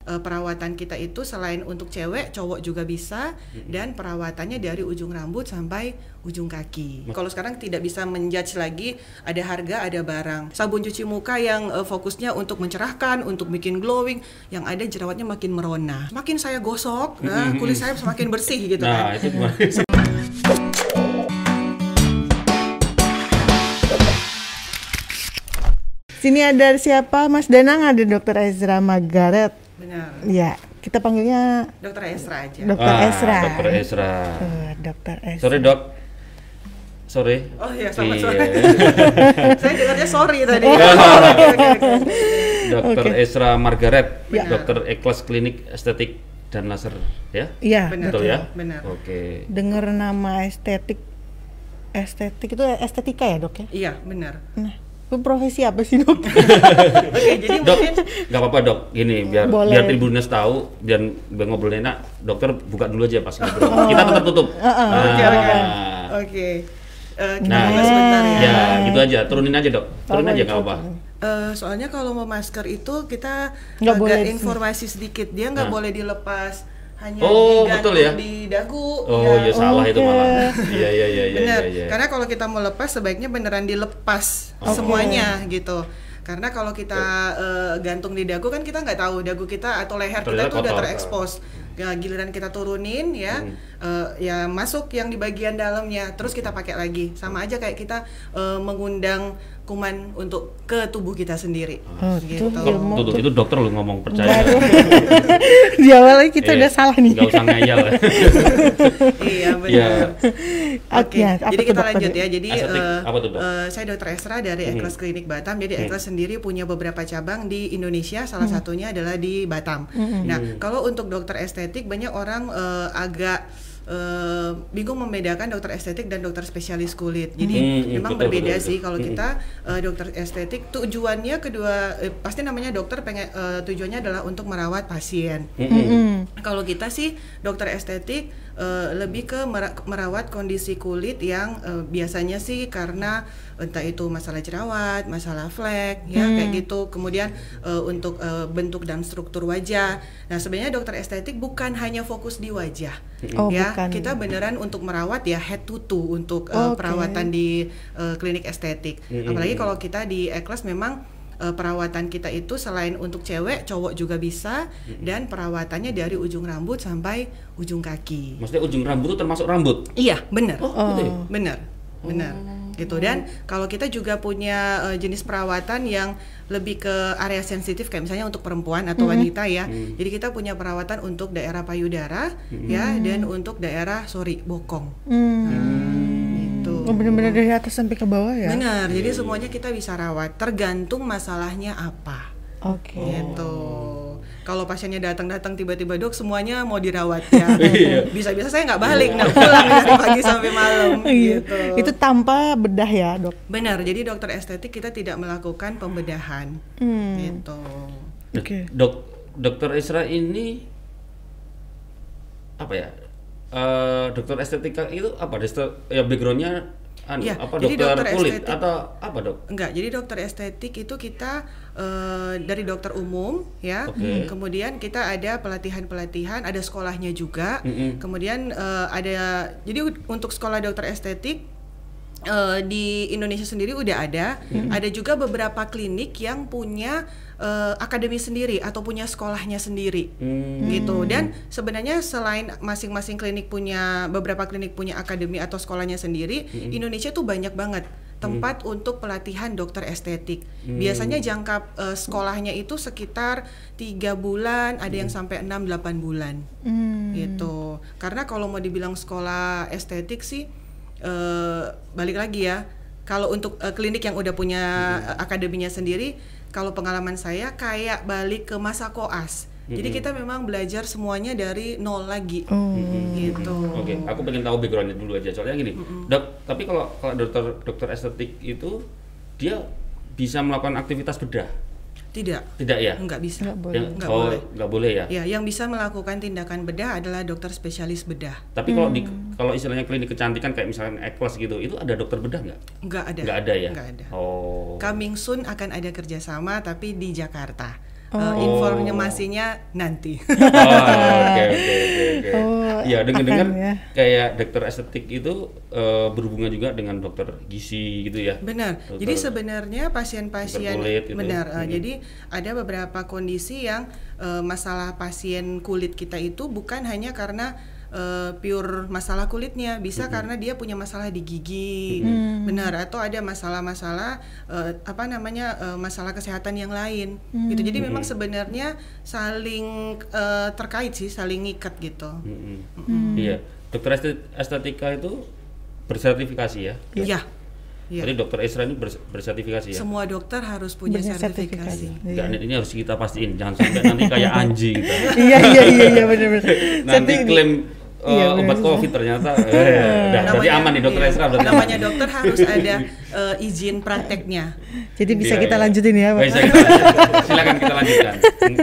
perawatan kita itu selain untuk cewek, cowok juga bisa, dan perawatannya dari ujung rambut sampai ujung kaki. Kalau sekarang tidak bisa menjudge lagi, ada harga, ada barang. Sabun cuci muka yang fokusnya untuk mencerahkan, untuk bikin glowing, yang ada jerawatnya makin merona. Makin saya gosok, kulit saya semakin bersih gitu kan. Itu Sini ada siapa? Mas Danang, ada Dr. Ezra Margaret. Benar. Ya, kita panggilnya Dr. Ezra aja. Dr. Ezra. Dr. Ezra. Dr. Ezra. Sorry dok. Sorry. Oh iya, sama Iya. sorry. Saya dengarnya sorry tadi. Dr. Ezra Margaret, Ya. dokter Eklas Klinik Estetik dan Laser, ya? Iya, Benar. Betul ya? Benar. Oke. dengar nama estetik itu estetika ya, Dok ya? Iya, benar. Nah, itu profesi apa sih, Dok? Oke, jadi Dok, mungkin nggak apa-apa dok. Gini, biar Boleh. Tribuners tahu, biar ngobrol enak. Dokter buka dulu aja pas ngobrol. Kita tetap tutup. Oke. Nah, Kita sebentar ya. ya gitu aja. Turunin aja dok. Turunin aja nggak apa. Soalnya kalau mau masker itu kita Nggak boleh agak di sini. informasi sedikit, dia nggak boleh dilepas hanya Oh, digantung betul ya? di dagu. Oh ya salah itu Oke. malah. Iya. Benar. Iya. Karena kalau kita mau lepas sebaiknya beneran dilepas Oke. semuanya gitu. Karena kalau kita gantung di dagu kan kita nggak tahu dagu kita atau leher kita Ternyata tuh udah kotor. terekspos. Ya, giliran kita turunin ya, ya masuk yang di bagian dalamnya, terus kita pakai lagi. Sama aja kayak kita mengundang kuman untuk ke tubuh kita sendiri. Oh, gitu. itu ilmu. Tuh, itu dokter lu ngomong percaya. Baru. Di awalnya kita Iya. udah salah nih. Nggak usah ngeyel. Iya benar. Iya. Oke, Ya, apa jadi tuh, kita Dok, lanjut tadi? ya. Jadi Estetik, apa tuh, Dok? saya Dr. Ezra dari Eklas Klinik Batam. Jadi Eklas sendiri punya beberapa cabang di Indonesia. Salah satunya adalah di Batam. Nah, kalau untuk dokter estetik banyak orang agak bingung membedakan dokter estetik dan dokter spesialis kulit. Jadi memang betul, berbeda betul. sih. Kalau kita dokter estetik tujuannya kedua pasti namanya dokter tujuannya adalah untuk merawat pasien. Kalau kita sih dokter estetik lebih ke merawat kondisi kulit yang biasanya sih karena entah itu masalah jerawat, masalah flek, ya kayak gitu. Kemudian untuk bentuk dan struktur wajah. Nah sebenarnya dokter estetik bukan hanya fokus di wajah, Oh, ya bukan. kita beneran untuk merawat ya head to toe untuk Oke. perawatan di klinik estetik. Apalagi kalau kita di Eklas memang perawatan kita itu selain untuk cewek, cowok juga bisa, dan perawatannya dari ujung rambut sampai ujung kaki. Maksudnya ujung rambut itu termasuk rambut? Iya, benar. Gitu ya? Benar. Gitu. Dan kalau kita juga punya jenis perawatan yang lebih ke area sensitif kayak misalnya untuk perempuan atau wanita ya. Jadi kita punya perawatan untuk daerah payudara ya dan untuk daerah bokong. Gitu. Oh, benar-benar dari atas sampai ke bawah ya? Benar. Jadi semuanya kita bisa rawat tergantung masalahnya apa. Oke. Gitu. Kalau pasiennya datang tiba-tiba dok semuanya mau dirawat ya. Iya. Bisa-bisa saya nggak balik, nggak pulang dari pagi sampai malam. Iya. Gitu. Itu tanpa bedah ya, Dok? Benar. Jadi dokter estetik kita tidak melakukan pembedahan. Gitu. Oke. Dokter Ezra ini apa ya? Dokter estetika itu apa? Ya backgroundnya Iya, apa jadi dokter dokter kulit estetik- atau apa dok? Enggak, jadi dokter estetik itu kita dari dokter umum ya. Oke. Kemudian kita ada pelatihan-pelatihan, ada sekolahnya juga. Kemudian ada jadi untuk sekolah dokter estetik di Indonesia sendiri udah ada. Ada juga beberapa klinik yang punya akademi sendiri atau punya sekolahnya sendiri. Gitu. Dan sebenarnya selain masing-masing klinik punya beberapa klinik punya akademi atau sekolahnya sendiri, Indonesia tuh banyak banget tempat untuk pelatihan dokter estetik. Biasanya jangka sekolahnya itu sekitar 3 bulan, ada yang sampai 6-8 bulan. Gitu. Karena kalau mau dibilang sekolah estetik sih balik lagi ya. Kalau untuk klinik yang udah punya akademinya sendiri, kalau pengalaman saya kayak balik ke masa koas. Jadi kita memang belajar semuanya dari nol lagi. Gitu. Oke, aku pengen tahu backgroundnya dulu aja. Soalnya gini, dok. Tapi kalau dokter estetik itu dia bisa melakukan aktivitas bedah? Tidak ya? nggak bisa. Nggak boleh. Nggak Oh, boleh. nggak boleh ya? Ya, yang bisa melakukan tindakan bedah adalah dokter spesialis bedah. Tapi kalau istilahnya klinik kecantikan kayak misalnya Eklas gitu, itu ada dokter bedah nggak? Nggak ada. Nggak ada ya? Nggak ada. Oh. Coming soon akan ada kerjasama tapi di Jakarta. informasinya nanti. Oke. Oh, Ya, dengar-dengar akan ya. kayak dokter estetik itu berhubungan juga dengan dokter gizi gitu ya. Benar. Dokter- Jadi sebenarnya pasien-pasien dokter kulit gitu. benar. Jadi ada beberapa kondisi yang masalah pasien kulit kita itu bukan hanya karena pure masalah kulitnya, bisa karena dia punya masalah di gigi, benar, atau ada masalah-masalah masalah kesehatan yang lain, gitu. Jadi memang sebenarnya saling terkait sih, saling ngikat gitu. Iya, dokter estetika itu bersertifikasi ya. Iya. Iya. Jadi dokter Esra ini bersertifikasi ya. Semua dokter harus punya Punya sertifikasi. Enggak, ini harus kita pastiin, jangan sampai nanti kayak anjing. Iya benar-benar. Nanti klaim Iya, obat benar. COVID ternyata udah berarti aman nih dokter Esra berarti. Namanya dokter harus ada izin prakteknya. Jadi bisa Iya, kita iya. lanjutin ya, Pak. Bisa kita lanjutkan. Silakan kita lanjutkan.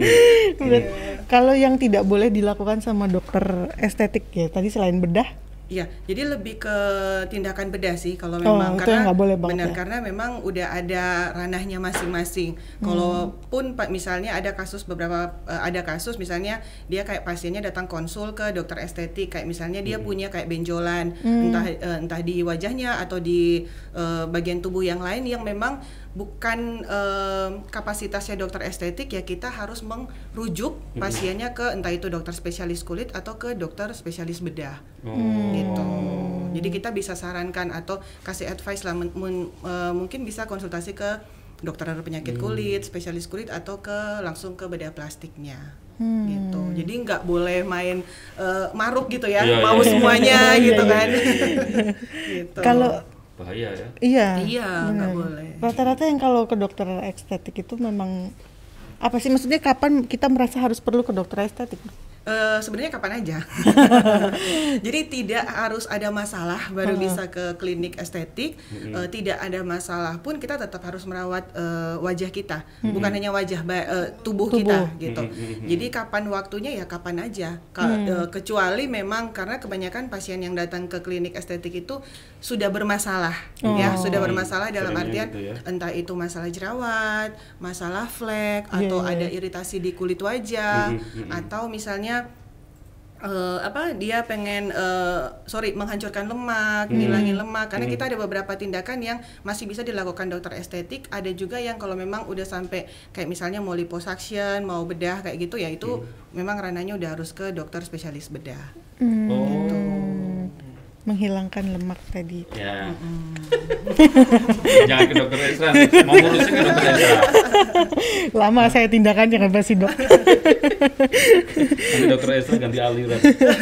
Kalau yang tidak boleh dilakukan sama dokter estetik ya, tadi selain bedah, Iya, jadi lebih ke tindakan bedah sih kalau Oh, memang itu yang nggak boleh banget benar ya? karena memang udah ada ranahnya masing-masing. Kalaupun misalnya ada kasus ada kasus misalnya dia kayak pasiennya datang konsul ke dokter estetik kayak misalnya dia punya kayak benjolan entah di wajahnya atau di bagian tubuh yang lain yang memang bukan kapasitasnya dokter estetik, ya kita harus merujuk pasiennya ke entah itu dokter spesialis kulit atau ke dokter spesialis bedah. Gitu. Jadi kita bisa sarankan atau kasih advice lah, mungkin bisa konsultasi ke dokter penyakit kulit, spesialis kulit atau langsung ke bedah plastiknya. Gitu. Jadi nggak boleh main maruk gitu ya, Iya, mau iya. semuanya gitu Iya, kan. Gitu. kalau Bahaya ya. iya, Iya, nggak benar. boleh. Rata-rata yang kalau ke dokter estetik itu memang apa sih, maksudnya kapan kita merasa harus perlu ke dokter estetik? Sebenarnya kapan aja. Jadi tidak harus ada masalah baru bisa ke klinik estetik. Tidak ada masalah pun kita tetap harus merawat wajah kita, bukan hanya wajah tubuh kita gitu. Jadi kapan waktunya ya kapan aja. Kecuali memang karena kebanyakan pasien yang datang ke klinik estetik itu sudah bermasalah, ya sudah bermasalah dalam Seringnya artian gitu ya. entah itu masalah jerawat, masalah flek, atau ada iritasi di kulit wajah, atau misalnya dia pengen menghancurkan lemak, ngilangin lemak, karena kita ada beberapa tindakan yang masih bisa dilakukan dokter estetik. Ada juga yang kalau memang udah sampai kayak misalnya mau liposuction, mau bedah kayak gitu ya, itu memang ranahnya udah harus ke dokter spesialis bedah. Menghilangkan lemak tadi. Ya. Jangan ke dokter Esra, mau ngurusin ke dokter Esra. Lama saya tindakannya kan pasti dok. Nanti dokter Esra ganti aliran.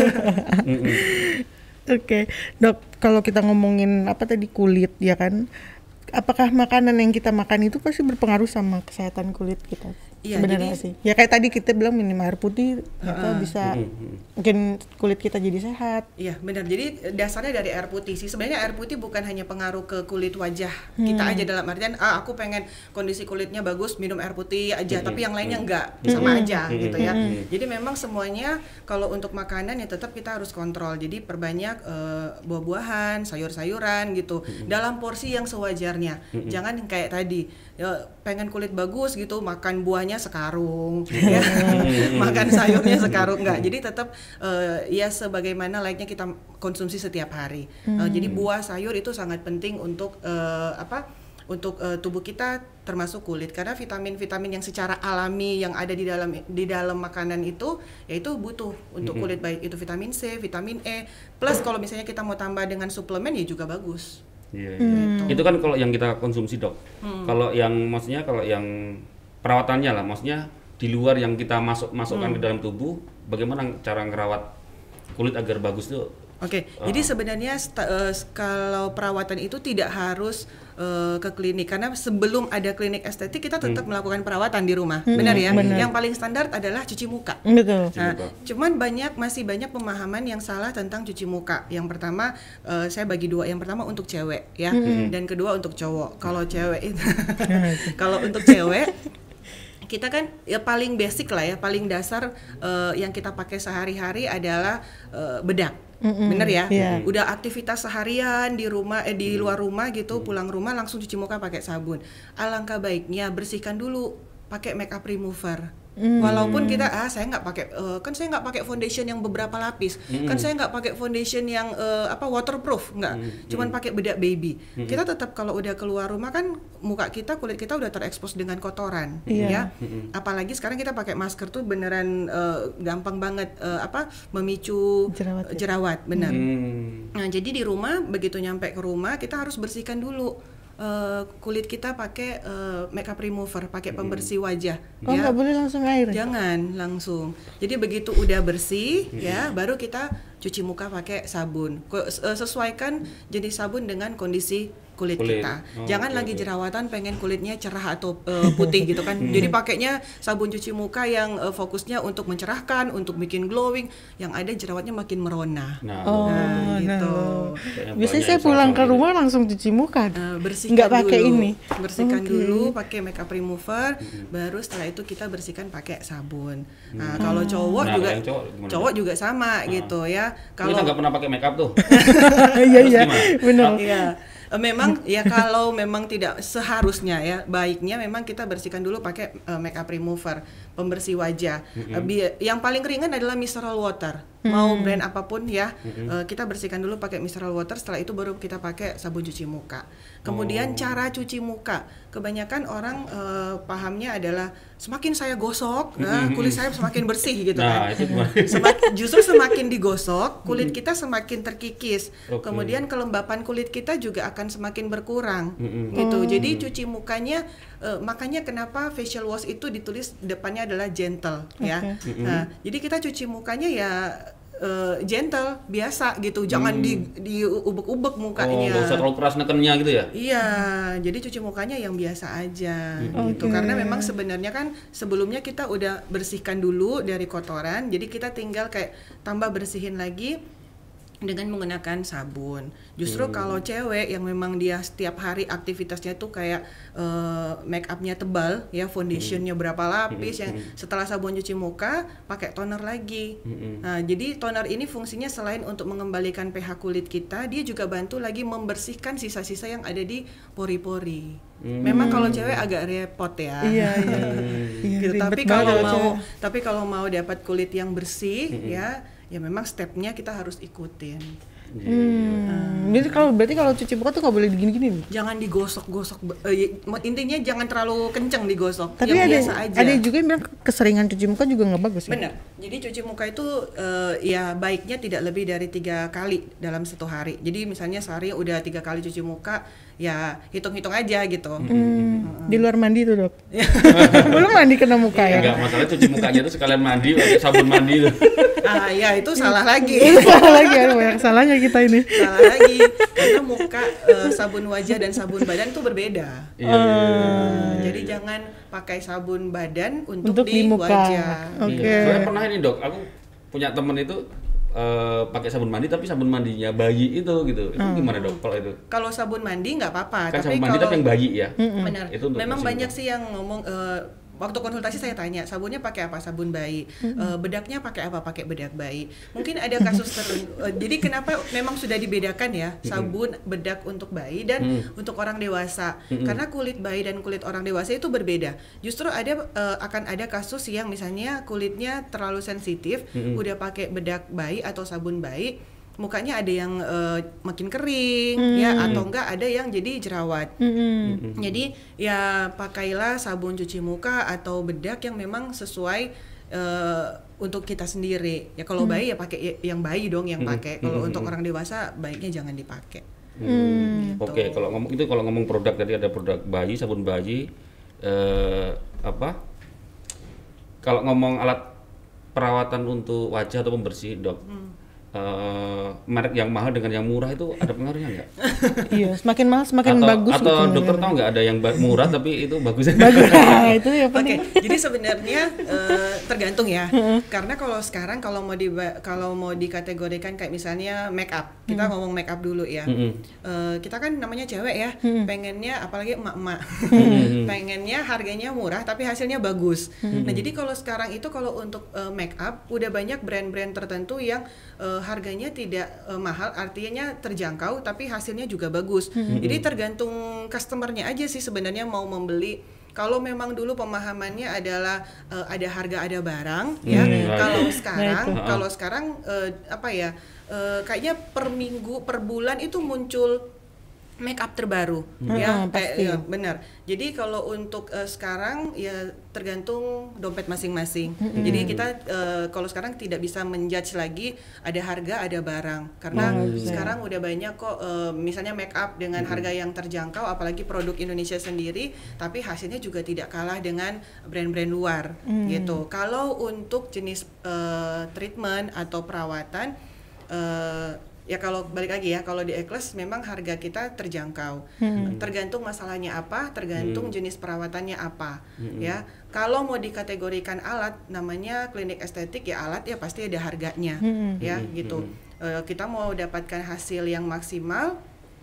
Oke, dok, kalau kita ngomongin apa tadi kulit ya kan, apakah makanan yang kita makan itu pasti berpengaruh sama kesehatan kulit kita? Iya, Sebenarnya jadi- sih. Ya kayak tadi kita bilang minum air putih, atau bisa mungkin kulit kita jadi sehat. Iya benar, jadi dasarnya dari air putih sih. Sebenarnya air putih bukan hanya pengaruh ke kulit wajah kita aja, dalam artian aku pengen kondisi kulitnya bagus minum air putih aja, tapi yang lainnya enggak, sama aja gitu ya. Jadi memang semuanya kalau untuk makanan ya tetap kita harus kontrol. Jadi perbanyak buah-buahan, sayur-sayuran gitu dalam porsi yang sewajarnya. Jangan kayak tadi ya, pengen kulit bagus gitu makan buahnya sekarung ya. Makan sayurnya sekarung, enggak. Jadi tetap ya sebagaimana layaknya kita konsumsi setiap hari. Jadi buah sayur itu sangat penting untuk tubuh kita, termasuk kulit, karena vitamin-vitamin yang secara alami yang ada di dalam makanan itu yaitu butuh untuk kulit, baik itu vitamin C, vitamin E, plus kalau misalnya kita mau tambah dengan suplemen ya juga bagus. Iya. Itu kan kalau yang kita konsumsi, Dok. Kalau yang perawatannya lah, maksudnya di luar yang kita masukkan ke dalam tubuh, bagaimana cara ngerawat kulit agar bagus tuh? Oke, jadi sebenarnya kalau perawatan itu tidak harus ke klinik, karena sebelum ada klinik estetik kita tetap melakukan perawatan di rumah, benar ya? Yang paling standar adalah cuci muka. Betul. Nah, cuman masih banyak pemahaman yang salah tentang cuci muka. Yang pertama, saya bagi dua. Yang pertama untuk cewek ya, dan kedua untuk cowok. Kalau cewek itu, kalau untuk cewek kita kan ya paling basic lah ya, paling dasar yang kita pakai sehari-hari adalah bedak. Bener ya? Yeah. Udah aktivitas seharian di rumah, di luar rumah gitu, pulang rumah langsung cuci muka pakai sabun. Alangkah baiknya bersihkan dulu pakai makeup remover. Walaupun kita saya nggak pakai kan saya nggak pakai foundation yang beberapa lapis, kan saya nggak pakai foundation yang waterproof, nggak, cuman pakai bedak baby. Kita tetap kalau udah keluar rumah kan kulit kita udah terekspos dengan kotoran, ya. Apalagi sekarang kita pakai masker tuh beneran gampang banget memicu jerawat, benar. Nah jadi di rumah begitu nyampe ke rumah kita harus bersihkan dulu kulit kita pakai makeup remover, pakai pembersih wajah. Nggak boleh langsung air? Jangan langsung. Jadi begitu udah bersih, ya, baru kita cuci muka pakai sabun. Sesuaikan jenis sabun dengan kondisi kulit kita. Jangan lagi jerawatan pengen kulitnya cerah atau putih gitu kan. Jadi pakainya sabun cuci muka yang fokusnya untuk mencerahkan, untuk bikin glowing. Yang ada jerawatnya makin merona. Gitu. Biasanya saya pulang ke rumah langsung cuci muka. Bersihkan nggak pakai dulu. ini. Bersihkan dulu pakai makeup remover, baru setelah itu kita bersihkan pakai sabun. Nah, kalau cowok juga sama gitu ya. Kalau kita nggak pernah pakai makeup tuh. Iya, benar. Iya. Memang ya kalau memang tidak seharusnya ya, baiknya memang kita bersihkan dulu pakai makeup remover, pembersih wajah. Yang paling ringan adalah mineral water. Mau brand apapun ya, kita bersihkan dulu pakai mineral water, setelah itu baru kita pakai sabun cuci muka. Kemudian cara cuci muka, kebanyakan orang pahamnya adalah semakin saya gosok, kulit saya semakin bersih gitu kan. Justru semakin digosok, kulit kita semakin terkikis. Kemudian kelembapan kulit kita juga akan semakin berkurang gitu. Jadi cuci mukanya makanya kenapa facial wash itu ditulis depannya adalah gentle ya. Nah, jadi kita cuci mukanya ya gentle, biasa gitu, jangan diubek-ubek mukanya. Nggak usah terlalu keras nekennya gitu ya? Iya, jadi cuci mukanya yang biasa aja gitu. Karena memang sebenarnya kan sebelumnya kita udah bersihkan dulu dari kotoran, jadi kita tinggal kayak tambah bersihin lagi dengan menggunakan sabun. Justru kalau cewek yang memang dia setiap hari aktivitasnya tuh kayak make upnya tebal ya, foundationnya berapa lapis, yang setelah sabun cuci muka pakai toner lagi. Nah, jadi toner ini fungsinya selain untuk mengembalikan pH kulit kita, dia juga bantu lagi membersihkan sisa-sisa yang ada di pori-pori. Memang kalau cewek agak repot ya. Iya. Gitu. Tapi kalau mau dapat kulit yang bersih ya memang stepnya kita harus ikutin. Berarti kalau cuci muka tuh nggak boleh digini-gini? Jangan digosok-gosok. Intinya jangan terlalu kenceng digosok. Tapi yang biasa aja. Ada juga yang bilang keseringan cuci muka juga nggak bagus ya? Benar. Jadi cuci muka itu ya baiknya tidak lebih dari 3 kali dalam satu hari. Jadi misalnya sehari udah 3 kali cuci muka, ya hitung-hitung aja gitu. Di luar mandi tuh, Dok? Belum mandi kena muka ya? Enggak, masalah cuci mukanya tuh sekalian mandi pakai sabun mandi tuh. Ya itu salah lagi. Salah lagi, ada banyak salahnya kita ini. Salah lagi, karena muka, sabun wajah dan sabun badan tuh berbeda. Jadi jangan pakai sabun badan untuk di muka. Wajah. Soalnya pernah ini, Dok, aku punya temen itu pakai sabun mandi tapi sabun mandinya bayi itu gitu. Itu gimana, Dok, kalau itu? Kalau sabun mandi nggak apa-apa, Kan tapi sabun mandi tapi yang bayi ya. Benar. Itu memang banyak sih yang ngomong waktu konsultasi saya tanya, sabunnya pakai apa? Sabun bayi. Bedaknya pakai apa? Pakai bedak bayi. Mungkin ada kasus jadi kenapa memang sudah dibedakan ya, sabun bedak untuk bayi dan untuk orang dewasa. Karena kulit bayi dan kulit orang dewasa itu berbeda. Justru akan ada kasus yang misalnya kulitnya terlalu sensitif, udah pakai bedak bayi atau sabun bayi, mukanya ada yang makin kering ya, atau enggak ada yang jadi jerawat. Jadi ya pakailah sabun cuci muka atau bedak yang memang sesuai untuk kita sendiri. Ya kalau bayi ya pakai yang bayi dong yang pakai. Kalau untuk orang dewasa baiknya jangan dipakai. Gitu. Oke, kalau ngomong produk, tadi ada produk bayi, sabun bayi, kalau ngomong alat perawatan untuk wajah atau pembersih, Dok, merek yang mahal dengan yang murah itu ada pengaruhnya nggak? Iya, semakin mahal semakin bagus. Atau dokter tahu nggak ada yang murah tapi itu bagusnya? Nah, itu ya penting. Jadi sebenarnya tergantung ya. Karena kalau sekarang kalau mau dikategorikan kayak misalnya make up, kita ngomong make up dulu ya. Kita kan namanya cewek ya, pengennya apalagi emak-emak, pengennya harganya murah tapi hasilnya bagus. Nah jadi kalau sekarang itu kalau untuk make up udah banyak brand-brand tertentu yang harganya tidak mahal, artinya terjangkau tapi hasilnya juga bagus. Jadi tergantung customernya aja sih sebenarnya mau membeli kalau memang dulu pemahamannya adalah ada harga ada barang, ya. Kalau sekarang apa ya? Kayaknya per minggu, per bulan itu muncul make up terbaru, ya, kayak benar. Jadi kalau untuk sekarang ya tergantung dompet masing-masing. Jadi kita kalau sekarang tidak bisa menjudge lagi ada harga ada barang, karena sekarang udah banyak kok misalnya make up dengan harga yang terjangkau, apalagi produk Indonesia sendiri, tapi hasilnya juga tidak kalah dengan brand-brand luar, gitu. Kalau untuk jenis treatment atau perawatan, ya kalau balik lagi ya, kalau di Ekles memang harga kita terjangkau. Tergantung masalahnya apa, tergantung jenis perawatannya apa, ya. Kalau mau dikategorikan alat, namanya klinik estetik ya alat ya pasti ada harganya, ya gitu. Kita mau dapatkan hasil yang maksimal,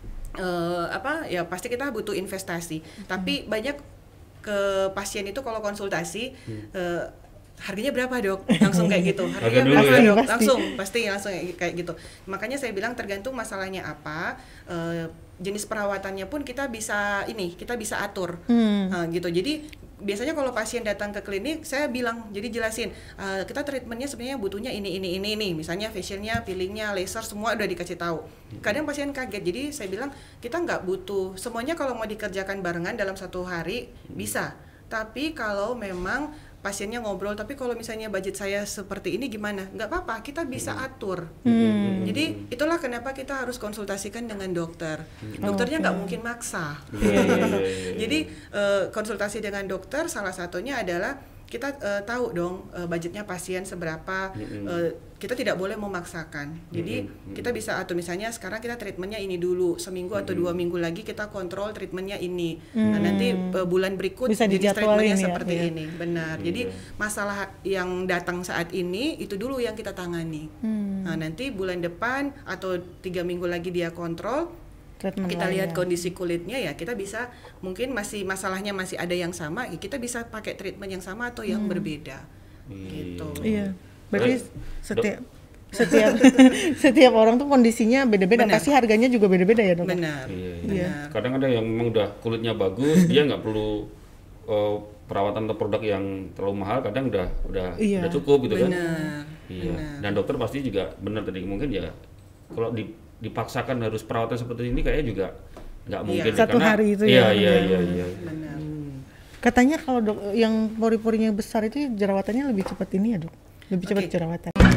apa ya pasti kita butuh investasi. Tapi banyak ke pasien itu kalau konsultasi, harganya berapa dok? Langsung kayak gitu. Harganya berapa dok? Langsung kayak gitu. Makanya saya bilang tergantung masalahnya apa, jenis perawatannya pun kita bisa atur, gitu. Jadi biasanya kalau pasien datang ke klinik, saya bilang, jadi jelasin, kita treatmentnya sebenarnya butuhnya ini, misalnya facialnya, peelingnya, laser, semua udah dikasih tahu. Kadang pasien kaget, jadi saya bilang kita nggak butuh semuanya. Kalau mau dikerjakan barengan dalam 1 hari bisa, tapi kalau memang pasiennya ngobrol, tapi kalau misalnya budget saya seperti ini gimana? Nggak apa-apa, kita bisa atur. Jadi itulah kenapa kita harus konsultasikan dengan dokter. Dokternya nggak mungkin maksa. Jadi konsultasi dengan dokter salah satunya adalah kita tahu dong budgetnya pasien seberapa. Kita tidak boleh memaksakan. Jadi kita bisa atur, misalnya sekarang kita treatmentnya ini dulu, seminggu atau 2 minggu lagi kita kontrol treatmentnya ini. Nah nanti bulan berikut bisa jenis treatmentnya ya, seperti ini. Benar. Jadi masalah yang datang saat ini itu dulu yang kita tangani. Nah nanti bulan depan atau 3 minggu lagi dia kontrol, kita lihat kondisi kulitnya, ya kita bisa, mungkin masih masalahnya masih ada yang sama, ya kita bisa pakai treatment yang sama atau yang berbeda. Gitu. Iya. Berarti setiap orang tuh kondisinya beda-beda, pasti harganya juga beda-beda ya dok? Benar. Iya. Kadang ada yang memang udah kulitnya bagus, dia nggak perlu perawatan atau produk yang terlalu mahal, kadang udah cukup gitu kan. Iya. Dan dokter pasti juga benar tadi, mungkin ya kalau dipaksakan harus perawatan seperti ini kayaknya juga nggak mungkin. Satu karena, hari itu iya. Benar. Katanya kalau yang pori-porinya besar itu jerawatannya lebih cepat ini ya dok? Lebih cepat jerawatan.